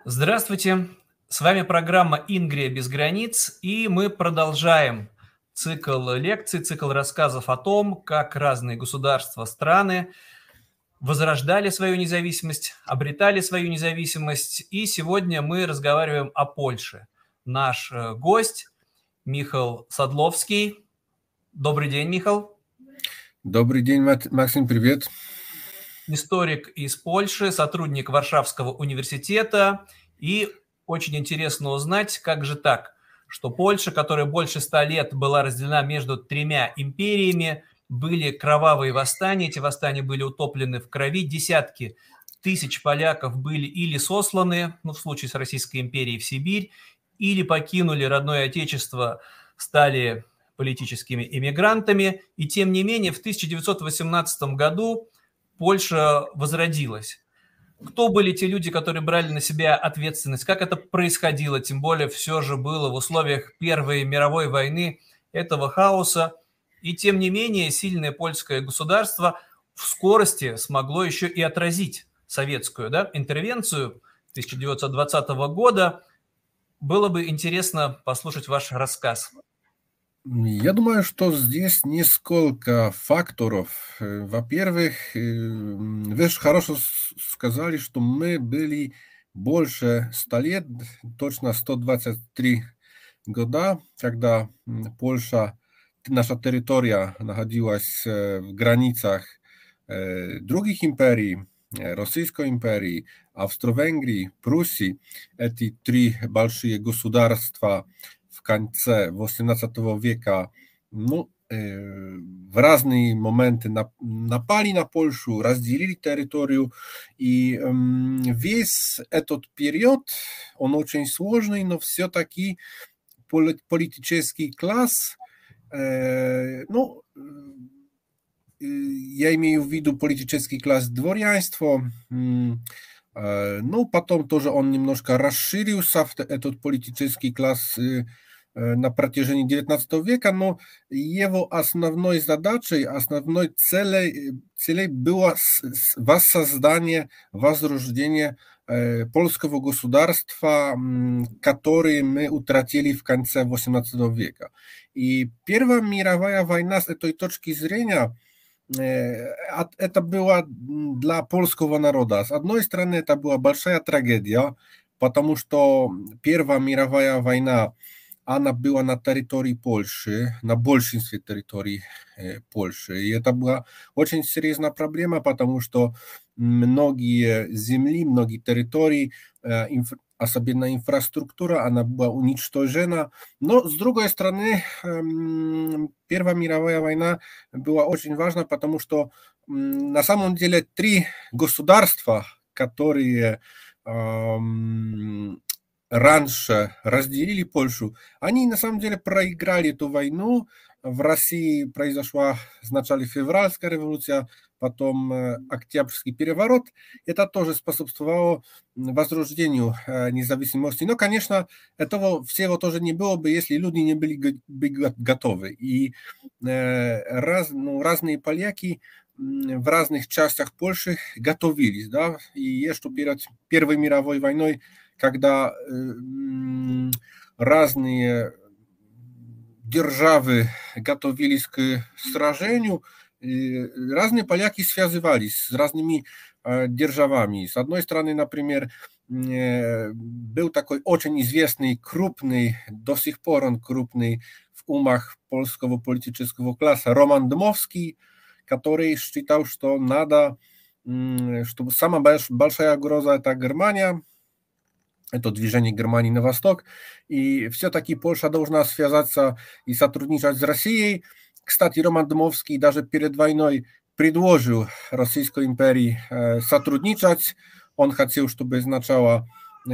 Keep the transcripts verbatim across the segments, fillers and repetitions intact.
Здравствуйте! С вами программа "Ингрия без границ", и мы продолжаем цикл лекций, цикл рассказов о том, как разные государства, страны возрождали свою независимость, обретали свою независимость. И сегодня мы разговариваем о Польше. Наш, э, гость Михал Садловский. Добрый день, Михал. Добрый день, Мат Максим, привет. Историк из Польши, сотрудник Варшавского университета. И очень интересно узнать, как же так, что Польша, которая больше ста лет была разделена между тремя империями, были кровавые восстания, эти восстания были утоплены в крови, десятки тысяч поляков были или сосланы, ну, в случае с Российской империей, в Сибирь, или покинули родное отечество, стали политическими эмигрантами. И тем не менее, в тысяча девятьсот восемнадцатом году Польша возродилась. Кто были те люди, которые брали на себя ответственность? Как это происходило? Тем более все же было в условиях Первой мировой войны, этого хаоса. И тем не менее, сильное польское государство в скорости смогло еще и отразить советскую, да, интервенцию тысяча девятьсот двадцатого года. Было бы интересно послушать ваш рассказ. Я думаю, что здесь несколько факторов. Э, во-первых, э, м, вы ж хорошо с сказали, что мы были больше ста лет, точно сто двадцать три года, когда, м, Польша, наша территория находилась, э, в границах, э, других империй, э, Российской империи, Австро-Венгрии, Пруссии. Эти три большие государства в конце восемнадцатого века, ну, э, в разные моменты нап напали на Польшу, разделили территорию. И, м, весь этот период, он очень сложный, но все-таки поли политический класс, э, ну, э, я имею в виду политический класс дворянство, м, э, ну, потом тоже он немножко расширился, этот политический класс, э, э, на протяжении девятнадцатого века, но его основной задачей, основной целей, целей было с с воссоздание, возрождение, э, польского государства, м, которое мы утратили в конце восемнадцатого века. И Первая мировая война с этой точки зрения, э, от это было для польского народа. С одной стороны, это была большая трагедия, потому что Первая мировая война, она была на территории Польши, на большинстве территорий, э, Польши. И это была очень серьезная проблема, потому что многие земли, многие территории, э, инф особенно инфраструктура, она была уничтожена. Но, с другой стороны, эм, Первая мировая война была очень важна, потому что, м, на самом деле три государства, которые, ам, раньше разделили Польшу, они на самом деле проиграли эту войну. В России произошла вначале февральская революция, потом, э, Октябрьский переворот. Это тоже способствовало возрождению, э, независимости. Но, конечно, этого всего тоже не было бы, если люди не были го бы го готовы. И, э, раз ну, разные поляки, м, в разных частях Польши готовились, да. И еще перед Первой мировой войной, когда, э, м, разные державы готовились к сражению, и разные поляки связывались с разными, э, державами. С одной стороны, например, э, был такой очень известный, крупный, до сих пор он крупный в умах польского политического класса, Роман Дмowski, который считал, что надо, м, чтобы самая больш большая угроза — это Германия, это движение Германии на восток, и все-таки Польша должна связаться и сотрудничать с Россией. Кстати, Роман Дмowski даже перед войной предложил Российской империи, э, сотрудничать. Он хотел, чтобы сначала,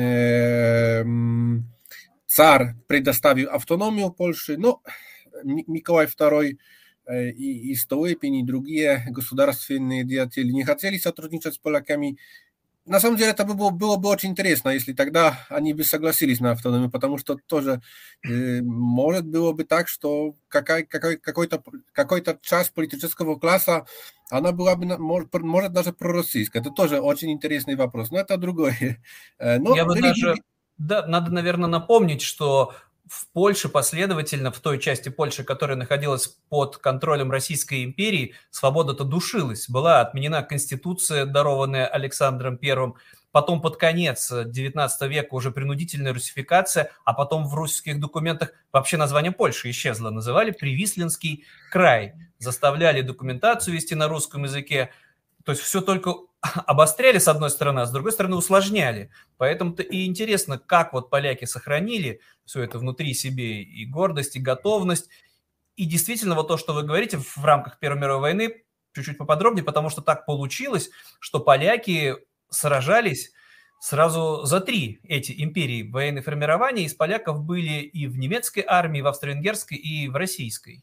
э, м, царь предоставил автономию Польши, но Ми Миколай второй, э, и и Столыпин, и другие государственные деятели не хотели сотрудничать с поляками. на самом деле это было, было бы очень интересно, если тогда они бы согласились на автономию, потому что тоже э, может было бы так, что какая, какой, какой-то, какой-то часть политического класса, она была бы, может, может даже пророссийская. Это тоже очень интересный вопрос, но это другое. Но Я бы были даже, другие... да, надо, наверное, напомнить, что в Польше последовательно, в той части Польши, которая находилась под контролем Российской империи, свобода-то душилась. Была отменена конституция, дарованная Александром Первым, потом под конец девятнадцатого века уже принудительная русификация, а потом в русских документах вообще название Польши исчезло. Называли Привислинский край, заставляли документацию вести на русском языке. То есть все только обостряли с одной стороны, а с другой стороны усложняли. Поэтому-то и интересно, как вот поляки сохранили все это внутри себе, и гордость, и готовность. И действительно, вот то, что вы говорите в рамках Первой мировой войны, чуть-чуть поподробнее, потому что так получилось, что поляки сражались сразу за три эти империи военных формирований. Из поляков были и в немецкой армии, и в австро-венгерской, и в российской.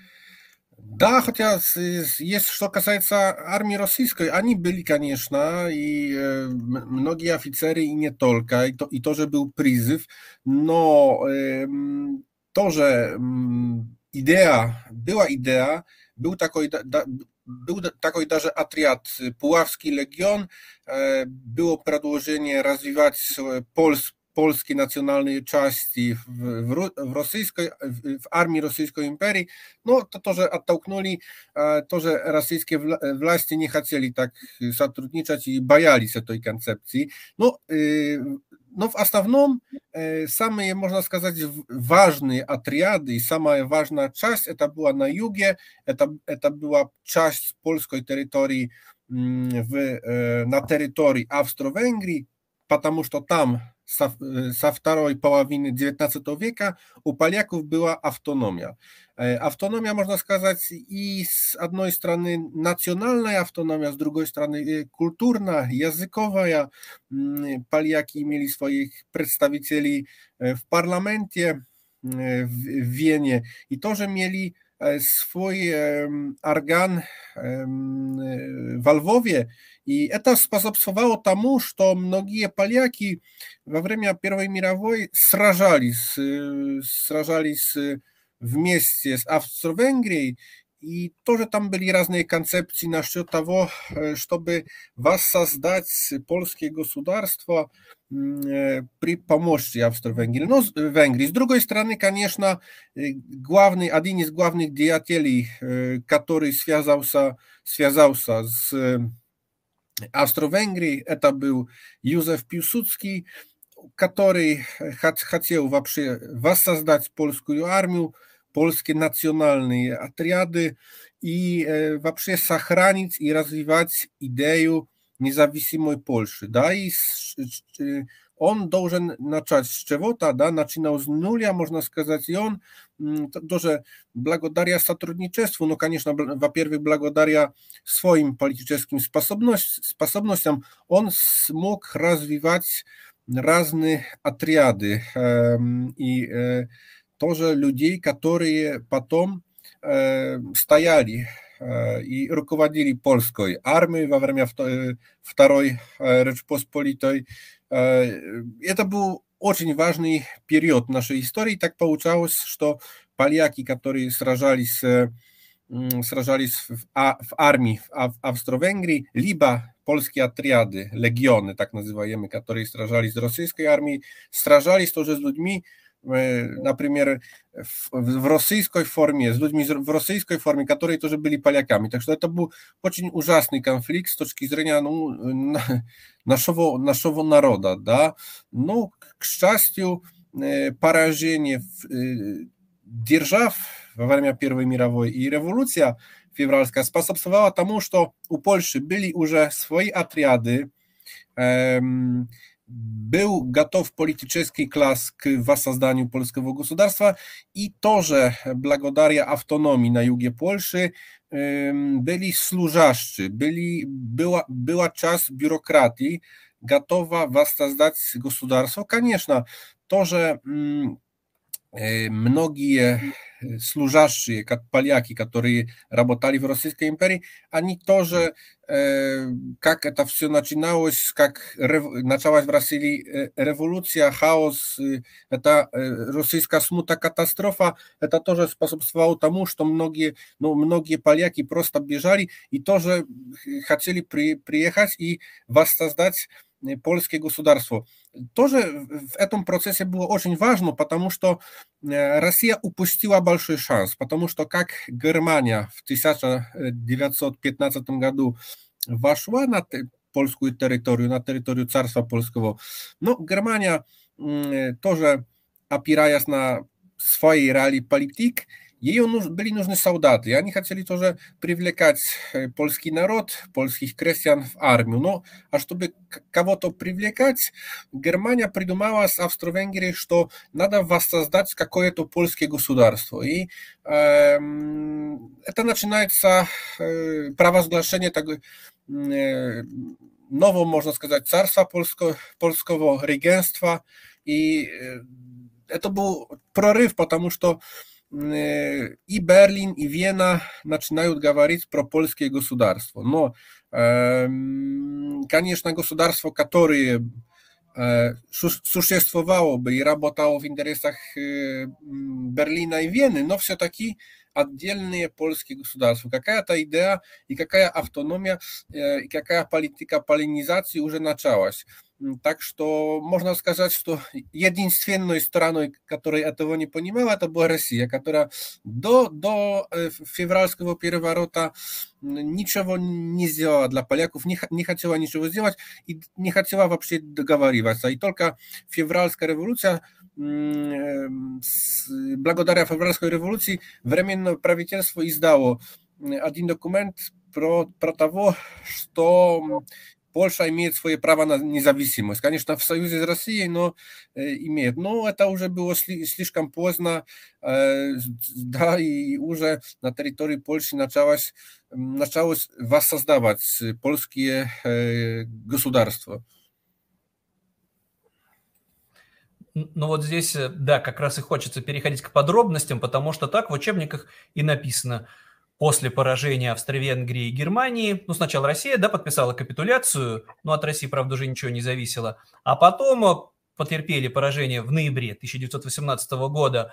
Да, хотя есть, что касается армии российской, они были, конечно, и э, многие офицеры, и не только, и, то, и тоже был призыв, но э, тоже э, идея, была идея, был такой, да, был такой даже отряд, Puławski Legion, э, было предложение развивать польс, polskiej nacjonalnej części w, w, w rosyjskiej, w armii rosyjskiej imperii, no to to, że oddałknęli, to, że rosyjskie władze nie chcieli tak zatrudniczać i bajali się tej koncepcji. No, no w основном самые, можно сказать, важные отряды и самая важная часть это была на юге, это, это была часть польской территории в, на территории Австро-Венгрии, потому что там со, со второй половины девятнадцатого века у поляков была автономия. Автономия, можно сказать, и с одной стороны национальная автономия, с другой стороны культурная, языковая. Поляки имели своих представителей в парламенте в Вене и тоже имели свой орган во Львове. И это способствовало тому, что многие поляки во время Первой мировой сражались, сражались вместе с Австро-Венгрией, и тоже там были разные концепции насчет того, чтобы воссоздать польское государство при помощи Австро-Венгрии. Но Венгрии. С другой стороны, конечно, главный, один из главных деятелей, который связался, связался с Австро-Венгрией, это был Józef Piłsudski, который хотел вообще воссоздать польскую армию, польские национальные отряды и э, вообще сохранить и развивать идею независимой Польши. Да, и с, э, он должен начать с чего-то, да, начинал с нуля, можно сказать, и он м, тоже благодаря сотрудничеству, ну, конечно, во-первых, благодаря своим политическим способность, способностям, он смог развивать разные отряды э, и э, тоже людей, которые потом э, стояли э, и руководили польской армией во время Второй э, Rzeczpospolitej. Э, это был очень важный период нашей истории. Так получалось, что поляки, которые сражались, э, сражались в, а, в армии в Австро-Венгрии, либо польские отряды, легионы, так называемые, которые сражались с российской армией, сражались тоже с людьми, например, в российской форме, с людьми в российской форме, которые тоже были поляками. Так что это был очень ужасный конфликт с точки зрения ну, нашего, нашего народа. Да? Но, к счастью, поражение держав во время Первой мировой и революция февральская способствовала тому, что у Польши были уже свои отряды, эм, był готов политический класс к воссозданию польского государства, и тоже благодаря автономии на юге Польши были служащие, были, была, была часть бюрократии готова воссоздать государство. Конечно, тоже многие служащие, как поляки, которые работали в Российской империи, они тоже, как это все начиналось, как началась в России революция, хаос, это российская смута, катастрофа, это тоже способствовало тому, что многие, ну, многие поляки просто бежали и тоже хотели при, приехать и воссоздать польское государство. Тоже в этом процессе было очень важно, потому что Россия упустила большой шанс, потому что как Германия в тысяча девятьсот пятнадцатом году вошла на польскую территорию, на территорию царства польского, но Германия тоже, опираясь на свои реалии политик, ее были нужны солдаты, и они хотели тоже привлекать польский народ, польских крестьян в армию. Но, а чтобы кого-то привлекать, Германия придумала с Австро-Венгрией, что надо воссоздать какое-то польское государство. И э, это начинается э, провозглашение такой, э, нового, можно сказать, царства польского, польского регенства. И э, это был прорыв, потому что и Берлин, и Вена начинают говорить про польское государство. Но, конечно, государство, которое существовало бы и работало в интересах Берлина и Вены, но все-таки отдельные польские государства. Какая-то идея и какая автономия, и какая политика полинизации уже началась. Так что можно сказать, что единственной страной, которая этого не понимала, это была Россия, которая до, до февральского переворота ничего не сделала для поляков, не, не хотела ничего сделать и не хотела вообще договариваться. И только февральская революция, благодаря февральской революции, Временное правительство издало один документ про, про того, что Польша имеет свое право на независимость. Конечно, в союзе с Россией, но э, имеет. Но это уже было сли, слишком поздно, э, да, и уже на территории Польши началось, началось воссоздавать польские э, государства. Ну вот здесь, да, как раз и хочется переходить к подробностям, потому что так в учебниках и написано. После поражения Австро-Венгрии и Германии, ну, сначала Россия, да, подписала капитуляцию, но от России, правда, уже ничего не зависело, а потом потерпели поражение в ноябре тысяча девятьсот восемнадцатого года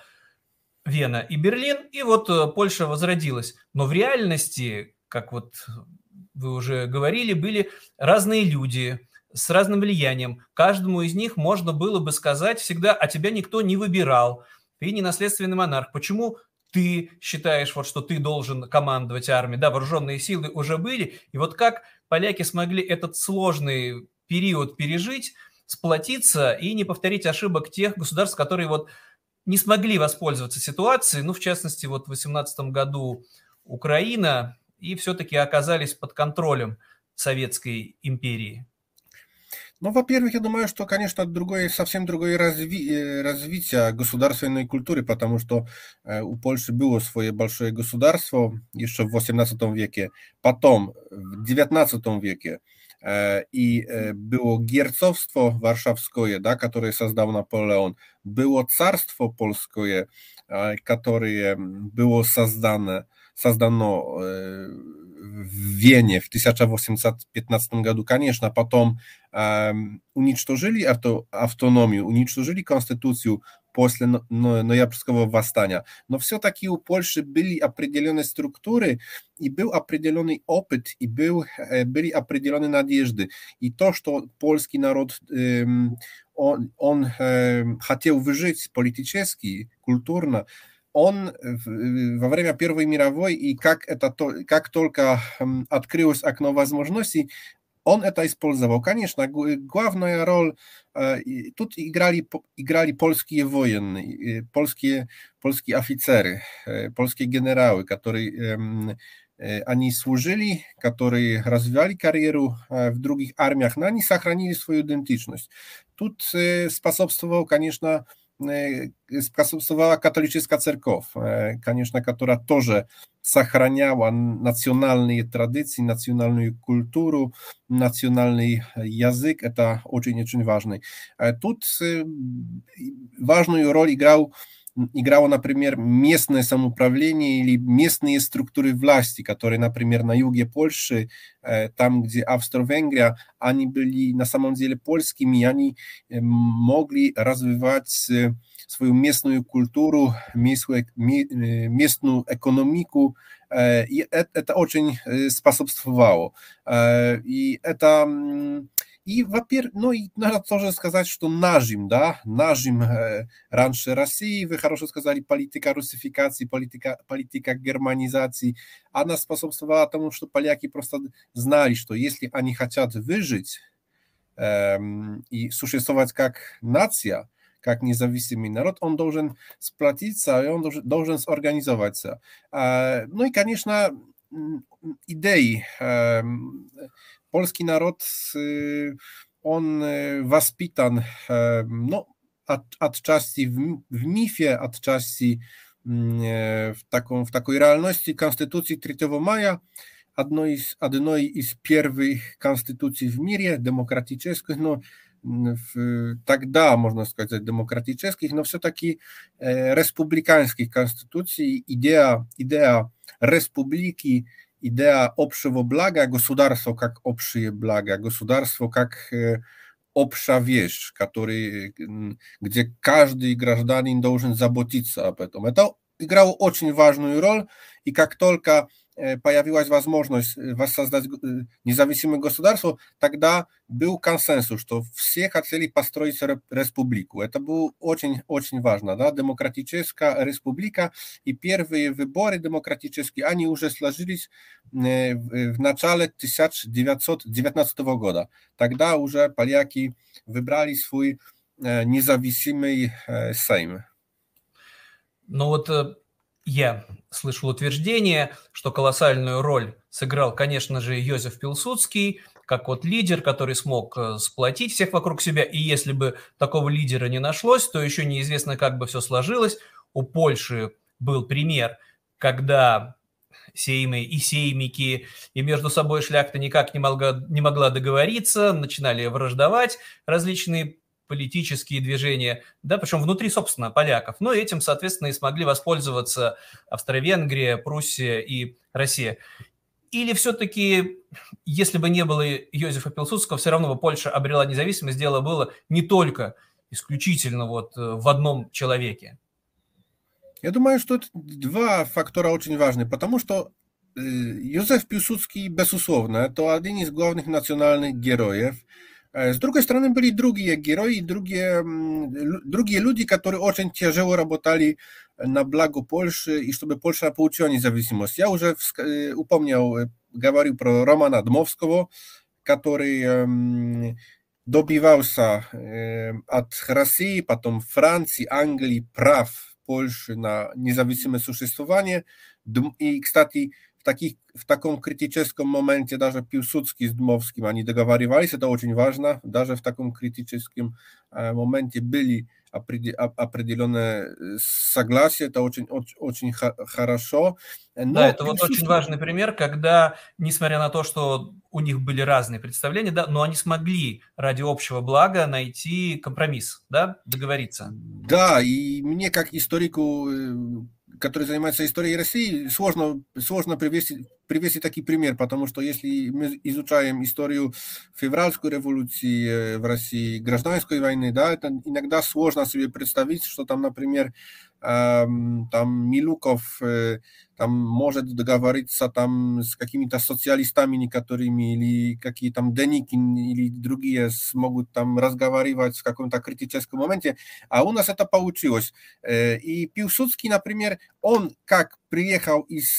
Вена и Берлин, и вот Польша возродилась. Но в реальности, как вот вы уже говорили, были разные люди с разным влиянием. Каждому из них можно было бы сказать всегда: а тебя никто не выбирал, ты не наследственный монарх. Почему ты считаешь, вот, что ты должен командовать армией? Да, вооруженные силы уже были. И вот как поляки смогли этот сложный период пережить, сплотиться и не повторить ошибок тех государств, которые вот не смогли воспользоваться ситуацией, ну, в частности, вот в восемнадцатом году Украина, и все-таки оказались под контролем Советской империи? Ну, во-первых, я думаю, что, конечно, другое, совсем другое разви развитие государственной культуры, потому что э, у Польши было свое большое государство еще в восемнадцатом веке, потом в девятнадцатом веке э, и э, было герцогство варшавское, да, которое создал Наполеон, было царство польское, э, которое было создано, создано э, в Вене в тысяча восемьсот пятнадцатом году. Конечно, потом э, уничтожили авто, автономию, уничтожили конституцию после но, но, ноябрьского восстания. Но все-таки у Польши были определенные структуры, и был определенный опыт, и был, э, были определенные надежды. И то, что польский народ, э, он, он э, хотел выжить политически, культурно, он во время Первой мировой, и как, это, как только открылось окно возможностей, он это использовал. Конечно, главная роль, тут играли, играли польские воины, польские, польские офицеры, польские генералы, которые они служили, которые развивали карьеру в других армиях, но они сохранили свою идентичность. Тут способствовал, конечно, способствовала католическая церковь, конечно, которая тоже сохраняла национальные традиции, национальную культуру, национальный язык, это очень-очень важно. Тут важную роль играл играло, например, местное самоуправление или местные структуры власти, которые, например, на юге Польши, там, где Австро-Венгрия, они были на самом деле польскими, и они могли развивать свою местную культуру, местную, местную экономику, и это, это очень способствовало. И это... И, во-первых, ну, и надо тоже сказать, что нажим, да, нажим э, раньше России, вы хорошо сказали, политика русификации, политика, политика германизации, она способствовала тому, что поляки просто знали, что если они хотят выжить э, и существовать как нация, как независимый народ, он должен сплотиться, и он должен, должен сорганизоваться. Э, ну и, конечно, идеи. Э, Polski naród, on wоспитан, no, od, od czasy w, w mifie, od czasy w, taką, w takiej realności konstytucji trzeciego maja, одной из, одной из первых конституций в мире, демократических, но в, тогда, можно сказать, демократических, но все-таки э, республиканских конституций, идея, идея республики, идея общего блага, государство как общее благо, государство как э, общая вещь, который, где каждый гражданин должен заботиться об этом. Это играло очень важную роль, и как только появилась возможность воссоздать независимое государство, тогда был консенсус, что все хотели построить республику. Это было очень-очень важно. Да? Демократическая республика, и первые выборы демократические, они уже сложились в начале тысяча девятьсот девятнадцатого года. Тогда уже поляки выбрали свой независимый Сейм. Ну вот я слышал утверждение, что колоссальную роль сыграл, конечно же, Йозеф Пилсудский, как вот лидер, который смог сплотить всех вокруг себя, и если бы такого лидера не нашлось, то еще неизвестно, как бы все сложилось. У Польши был пример, когда сеймы и сеймики, и между собой шляхта никак не могла, не могла договориться, начинали враждовать различные политические движения, да, причем внутри, собственно, поляков. Но этим, соответственно, и смогли воспользоваться Австро-Венгрия, Пруссия и Россия. Или все-таки, если бы не было Йозефа Пилсудского, все равно бы Польша обрела независимость, дело было не только исключительно вот в одном человеке? Я думаю, что это два фактора очень важны, потому что Józef Piłsudski, безусловно, это один из главных национальных героев. С другой стороны, были другие герои, другие, другие люди, которые очень тяжело работали на благо Польши, и чтобы Польша получила независимость. Я уже упомнил, говорил про Романа Дмовского, который добивался от России, потом Франции, Англии прав Польши на независимое существование. И, кстати, в, таких, в таком критическом моменте даже Пилсудский с Дмовским они договаривались, это очень важно, даже в таком критическом моменте были определенное согласие, это очень, очень, очень хорошо. Но да, это Пилсудский... вот очень важный пример, когда, несмотря на то, что у них были разные представления, да, но они смогли ради общего блага найти компромисс, да, договориться. Да, и мне как историку, который занимается историей России, сложно, сложно привести, привести такой пример, потому что если мы изучаем историю февральской революции в России, гражданской войны, да, это иногда сложно себе представить, что там, например, там Милюков там может договориться там с какими-то социалистами некоторыми, или какие там Деникин или другие смогут там разговаривать в каком-то критическом моменте, а у нас это получилось. И Пилсудский, например, он как приехал из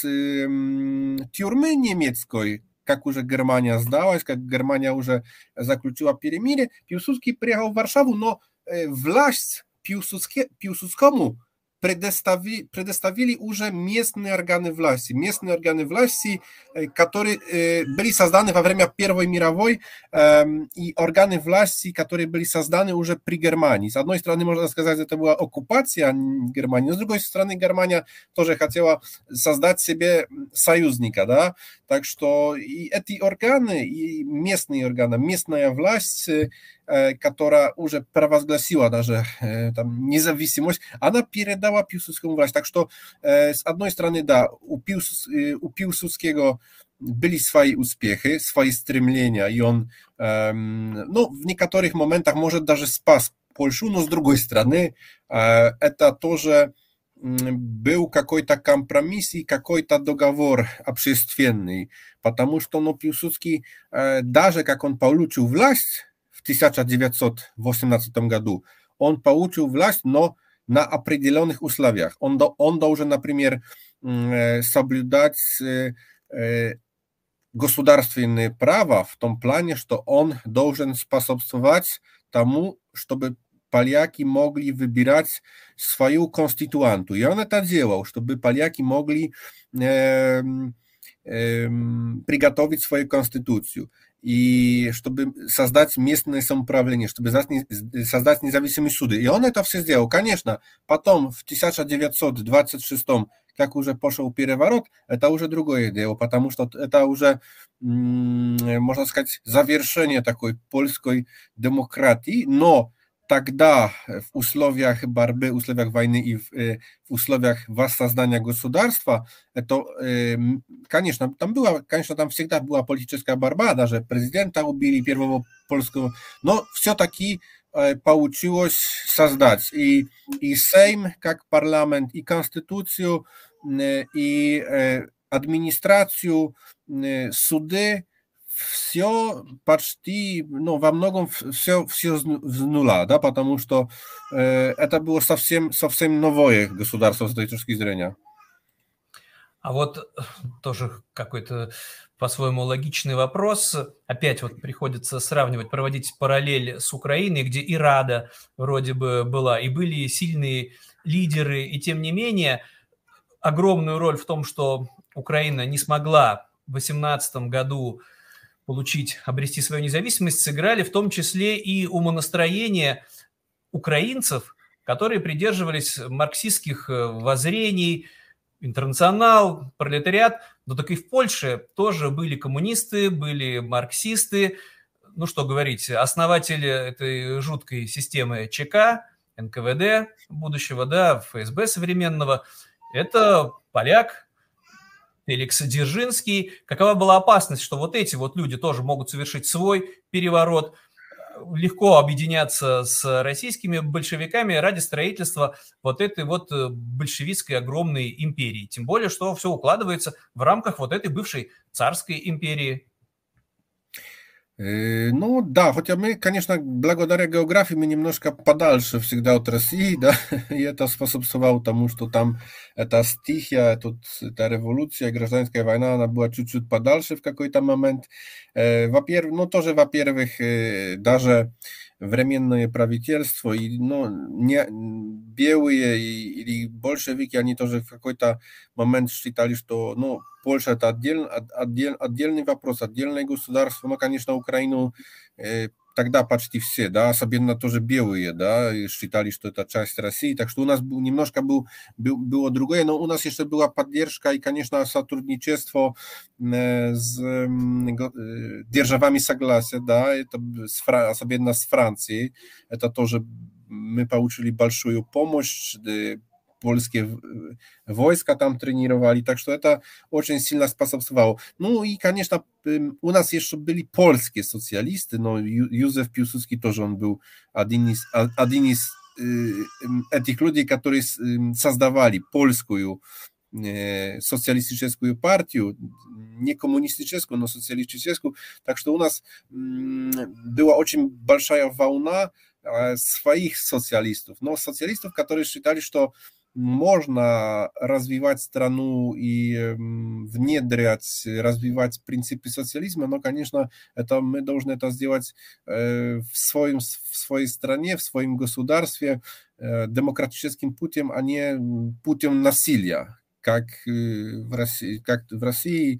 тюрьмы немецкой, как уже Германия сдалась, как Германия уже заключила перемирие, Пилсудский приехал в Варшаву, но власть Пилсудскому предоставили, предоставили уже местные органы власти, местные органы власти, которые были созданы во время Первой мировой, и органы власти, которые были созданы уже при Германии. С одной стороны, можно сказать, это была оккупация Германии, но с другой стороны, Германия тоже хотела создать себе союзника, да, так что и эти органы, и местные органы, местная власть, которая уже провозгласила даже там независимость, она передала dała Piłsudskiemu власть. Tak, что z jednej strony, da, u, Piłs, u Piłsudskiego byli swoje uspechy, swoje stремления, i on no, w niektórych momentach może даже спас Польшу, но с другой стороны, это тоже был какой-то компромисс и какой-то договор общественный, потому что ну, Пилсудский, даже как он получил власть в тысяча девятьсот восемнадцатом году, он получил власть, но на определенных условиях. Он, он должен, например, соблюдать государственное право в том плане, что он должен способствовать тому, чтобы поляки могли выбирать свою конституанту. И он это делал, чтобы поляки могли э, э, приготовить свою конституцию. И чтобы создать местное самоуправление, чтобы создать независимые суды. И он это все сделал. Конечно, потом в тысяча девятьсот двадцать шестом, как уже пошел переворот, это уже другое дело, потому что это уже, можно сказать, завершение такой польской демократии, но тогда в условиях борьбы, в условиях войны и в, в условиях воссоздания государства, это, конечно, там была, конечно, там всегда была политическая борьба, даже президента убили первого польского, но все-таки получилось создать и, и Сейм как парламент, и конституцию, и администрацию, суды, все почти, ну, во многом все, все с нуля, да, потому что э, это было совсем, совсем новое государство с этой точки зрения. А вот тоже какой-то по-своему логичный вопрос. Опять вот приходится сравнивать, проводить параллель с Украиной, где и Рада вроде бы была, и были сильные лидеры, и тем не менее огромную роль в том, что Украина не смогла в восемнадцатом году получить, обрести свою независимость, сыграли в том числе и умонастроения украинцев, которые придерживались марксистских воззрений, интернационал, пролетариат. Но так и в Польше тоже были коммунисты, были марксисты. Ну что говорить, основатель этой жуткой системы ЧК, эн ка вэ дэ будущего, да, эф эс бэ современного, это поляк Феликс Дзержинский. Какова была опасность, что вот эти вот люди тоже могут совершить свой переворот, легко объединяться с российскими большевиками ради строительства вот этой вот большевистской огромной империи. Тем более, что все укладывается в рамках вот этой бывшей царской империи. Ну да, хотя мы, конечно, благодаря географии мы немножко подальше всегда от России, да, и это способствовало тому, что там эта стихия, тут эта революция, гражданская война, она была чуть-чуть подальше в какой-то момент. Во-первых, ну тоже, во-первых, даже временное правительство, и, ну, не, белые или большевики, они тоже в какой-то момент считали, что, ну, Польша это отдельный, отдель, отдельный вопрос, отдельное государство, но, конечно, Украину э, тогда почти все, да, особенно тоже белые, да, считали, что это часть России, так что у нас был, немножко был, был, было другое, но у нас еще была поддержка и, конечно, сотрудничество э, с э, державами согласия, да, это с, особенно с Францией, это тоже мы получили большую помощь, польskie wojska tam trenowali, tak że to очень сильно способствовало. Ну и, конечно, у нас еще были польские социалисты, но Józef Piłsudski тоже он был один из, один из этих людей, которые создавали польскую социалистическую партию, не коммунистическую, но социалистическую, так что у нас была очень большая волна своих социалистов, но социалистов, которые считали, что можно развивать страну и внедрять, развивать принципы социализма, но, конечно, это мы должны это сделать в, своем, в своей стране, в своем государстве демократическим путем, а не путем насилия, как в России, как в России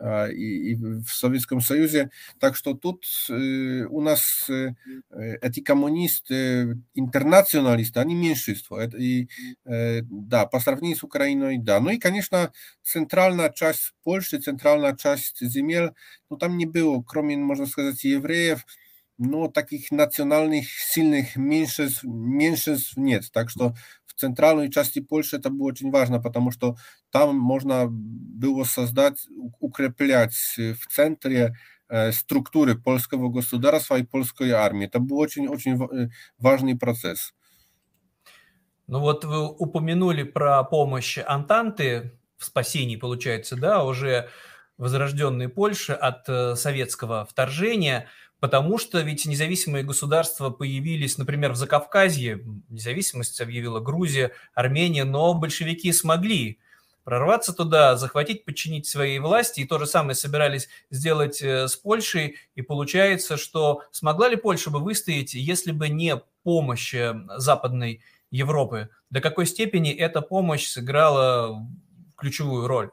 и в Советском Союзе. Так что тут у нас эти коммунисты, интернационалисты, они меньшинство. И, да, по сравнению с Украиной, да. Ну и, конечно, центральная часть Польши, центральная часть земель, ну там не было, кроме, можно сказать, евреев, но таких национальных сильных меньшинств, меньшинств нет. Так что в центральной части Польши это было очень важно, потому что там можно было создать, укреплять в центре структуры польского государства и польской армии. Это был очень-очень важный процесс. Ну вот вы упомянули про помощь Антанты в спасении, получается, да, уже возрожденной Польши от советского вторжения, потому что ведь независимые государства появились, например, в Закавказье, независимость объявила Грузия, Армения, но большевики смогли прорваться туда, захватить, подчинить своей власти, и то же самое собирались сделать с Польшей, и получается, что смогла ли Польша бы выстоять, если бы не помощь Западной Европы? До какой степени эта помощь сыграла ключевую роль?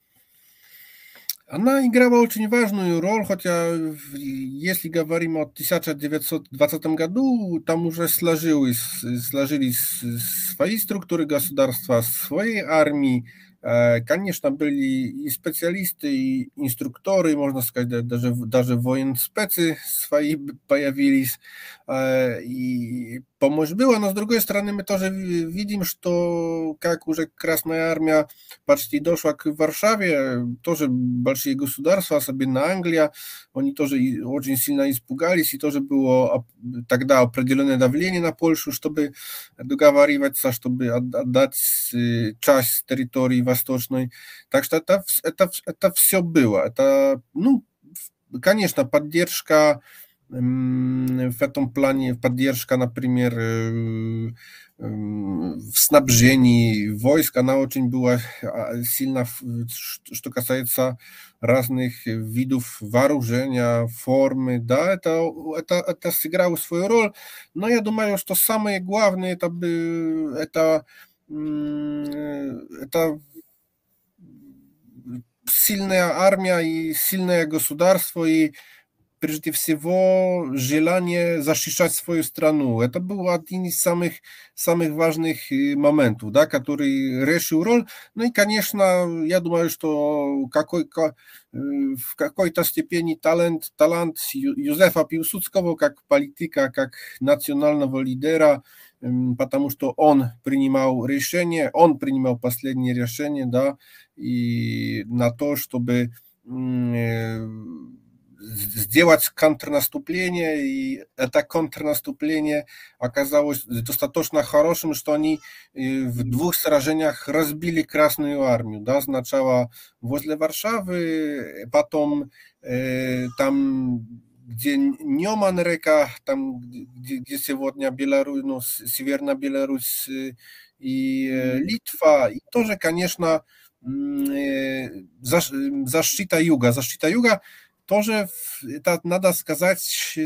Она играла очень важную роль, хотя если говорим о тысяча девятьсот двадцатом году, там уже сложились, сложились свои структуры государства, свои армии. Конечно, были и специалисты, и инструкторы, можно сказать, даже, даже военспецы свои появились. И помощь была, но с другой стороны мы тоже видим, что как уже Красная Армия почти дошла к Варшаве, тоже большие государства, особенно Англия, они тоже очень сильно испугались, и тоже было тогда определенное давление на Польшу, чтобы договариваться, чтобы отдать часть территории восточной. Так что это, это, это все было. Это, ну, конечно, поддержка в этом плане, поддержка, например, в снабжении войск, она очень была сильна, что касается разных видов вооружения, формы, да, это, это, это сыграло свою роль, но я думаю, что самое главное, это, это, это сильная армия и сильное государство, и прежде всего желание защищать свою страну. Это был один из самых, самых важных моментов, да, который решил роль. Ну и, конечно, я думаю, что какой, в какой-то степени талант, талант Józefa Piłsudskiego как политика, как национального лидера, потому что он принимал решение, он принимал последние решения, да, и на то, чтобы сделать контрнаступление, и это контрнаступление оказалось достаточно хорошим, что они в двух сражениях разбили Красную Армию, да, сначала возле Варшавы, потом э, там, где Неман река, там, где, где сегодня Беларусь, ну, Северная Беларусь и э, Литва, и тоже, конечно, э, защита юга, защита юга тоже, это надо сказать,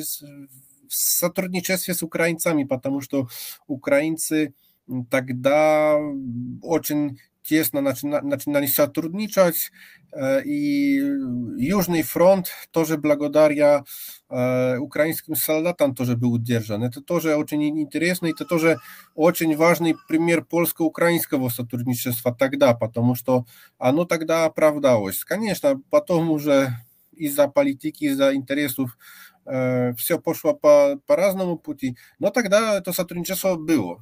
в сотрудничестве с украинцами, потому что украинцы тогда очень тесно начинали сотрудничать, и Южный фронт тоже благодаря украинским солдатам тоже был удержан. Это тоже очень интересно, это тоже очень важный пример польско-украинского сотрудничества тогда, потому что оно тогда оправдалось. Конечно, потом уже из-за политики, из-за интересов э, все пошло по, по разному пути, но тогда это сотрудничество было.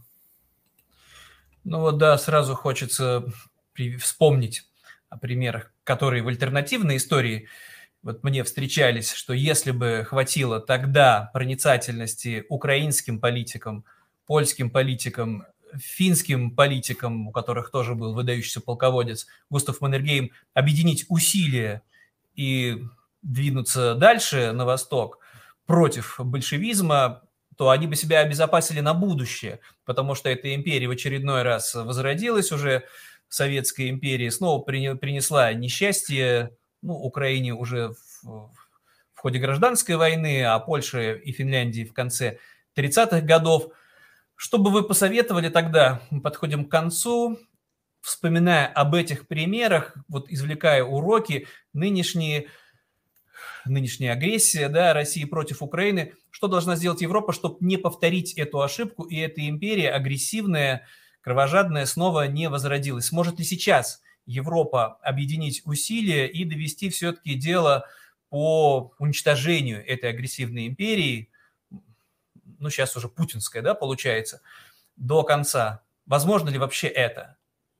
Ну вот да, сразу хочется вспомнить о примерах, которые в альтернативной истории вот мне встречались, что если бы хватило тогда проницательности украинским политикам, польским политикам, финским политикам, у которых тоже был выдающийся полководец Густав Маннергейм, объединить усилия и двинуться дальше на восток против большевизма, то они бы себя обезопасили на будущее, потому что эта империя в очередной раз возродилась уже, Советская империя снова принесла несчастье, ну, Украине уже в, в ходе гражданской войны, а Польше и Финляндии в конце тридцатых годов. Что бы вы посоветовали тогда? Мы подходим к концу. Вспоминая об этих примерах, вот извлекая уроки, нынешние нынешняя агрессия, да, России против Украины, что должна сделать Европа, чтобы не повторить эту ошибку, и эта империя агрессивная, кровожадная снова не возродилась? Сможет ли сейчас Европа объединить усилия и довести все-таки дело по уничтожению этой агрессивной империи, ну, сейчас уже путинская, да, получается, до конца? Возможно ли вообще это?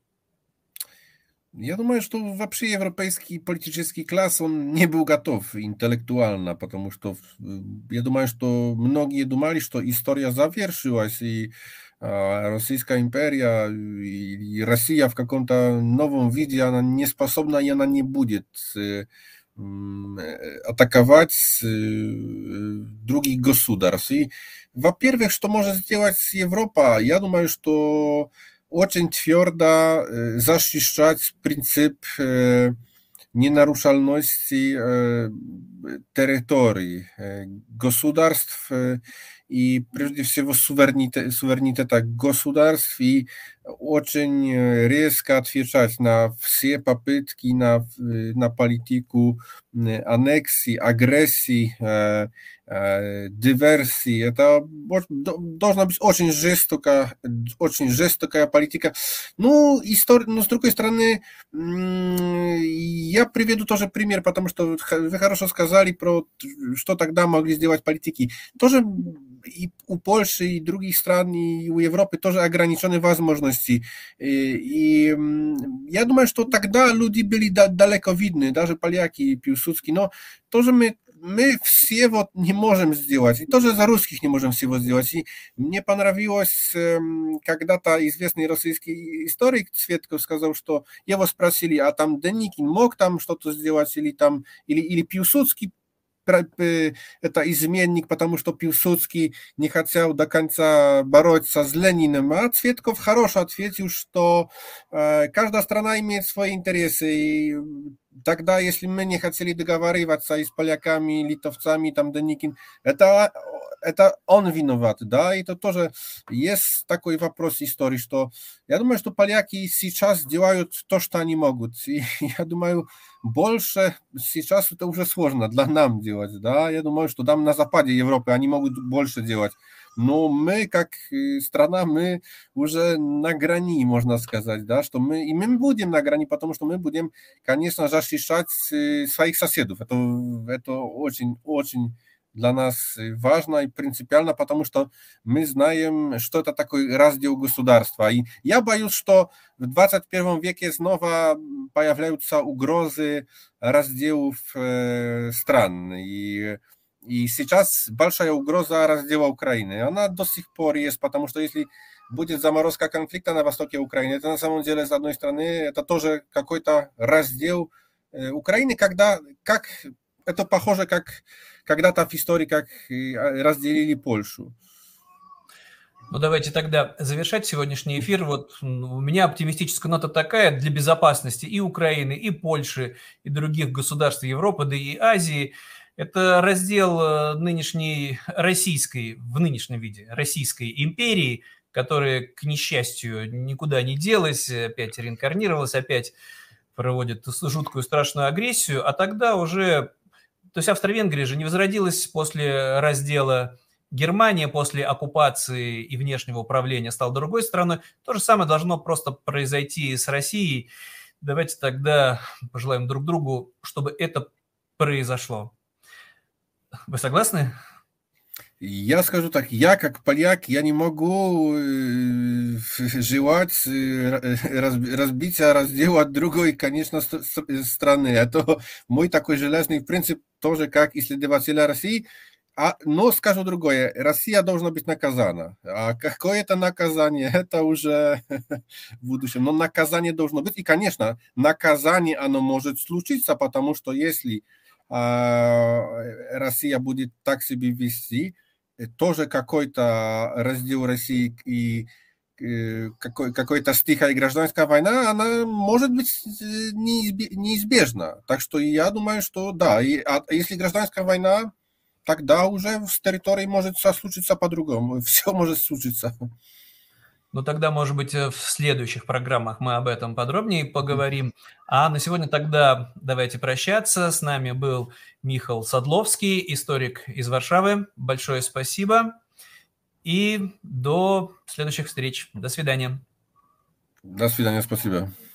Я думаю, что вообще европейский политический класс, он не был готов интеллектуально, потому что я думаю, что многие думали, что история завершилась, и а, Российская империя и, и Россия в каком-то новом виде, она не способна и она не будет э, м, э, атаковать э, других государств. И, во-первых, что может сделать Европа? Я думаю, что очень твердо э, защищать принцип э, ненарушальности э, территорий, э, государств э, и прежде всего суверенитета, суверенитета государств и очень э, резко отвечать на все попытки на, э, на политику э, аннексии, агрессии, э, э, диверсии. Это может- до- должна быть очень жестокая, очень жестокая политика. Ну, истор... Но с другой стороны, м, я приведу тоже пример, потому что х- вы хорошо сказали про т- что тогда могли сделать политики. Тоже и у Польши, и других стран, и у Европы тоже ограниченные возможности. И, и, м, я думаю, что тогда люди были да- далеко видны, даже поляки и Пилсудский, но тоже мы мы все вот не можем сделать, и тоже за русских не можем всего сделать. И мне понравилось, эм, когда-то известный российский историк Цветков сказал, что его спросили, а там Деникин мог там что-то сделать, или там, или, или Пилсудский про- э, это изменник, потому что Пилсудский не хотел до конца бороться с Лениным. А Цветков хорошо ответил, что э, каждая страна имеет свои интересы. И тогда, если мы не хотели договариваться и с поляками, и литовцами, там Деникин, это, это он виноват, да, и это тоже есть такой вопрос истории, что я думаю, что поляки сейчас делают то, что они могут. И я думаю, больше сейчас это уже сложно для нам делать, да, я думаю, что там на западе Европы они могут больше делать, но мы, как э, страна, мы уже на грани, можно сказать, да, что мы, и мы будем на грани, потому что мы будем, конечно, защищать э, своих соседов, это, это очень, очень для нас важно и принципиально, потому что мы знаем, что это такой раздел государства. И я боюсь, что в двадцать первом веке снова появляются угрозы разделов э, стран. И, и сейчас большая угроза раздела Украины. Она до сих пор есть, потому что если будет заморозка конфликта на востоке Украины, это на самом деле, с одной стороны, это тоже какой-то раздел э, Украины, когда, как, это похоже, как когда-то в истории, как э, разделили Польшу. Ну, давайте тогда завершать сегодняшний эфир. Вот м, у меня оптимистическая нота такая: для безопасности и Украины, и Польши, и других государств Европы, да и Азии. Это раздел э, нынешней российской, в нынешнем виде, Российской империи, которая, к несчастью, никуда не делась, опять реинкарнировалась, опять проводит жуткую страшную агрессию, а тогда уже... То есть Австро-Венгрия же не возродилась после раздела. Германия после оккупации и внешнего управления стала другой страной. То же самое должно просто произойти с Россией. Давайте тогда пожелаем друг другу, чтобы это произошло. Вы согласны? Я скажу так, я как поляк, я не могу э, желать э, раз- разбития, раздела другой, конечно, ст- ст- страны. Это мой такой железный принцип, тоже как исследователя России. А, но скажу другое, Россия должна быть наказана. А какое это наказание, это уже в будущем. Но наказание должно быть. И, конечно, наказание, оно может случиться, потому что если а, Россия будет так себя вести, тоже какой-то раздел России и э, какой, какой-то стиха и гражданская война, она может быть э, неизбе- неизбежна. Так что я думаю, что да. И, а если гражданская война, тогда уже с территорией может все случиться по-другому. Все может случиться. Ну, тогда, может быть, э, в следующих программах мы об этом подробнее поговорим. А на сегодня тогда давайте прощаться. С нами был Михаил Садловский, историк из Варшавы. Большое спасибо и до следующих встреч. До свидания. До свидания, спасибо.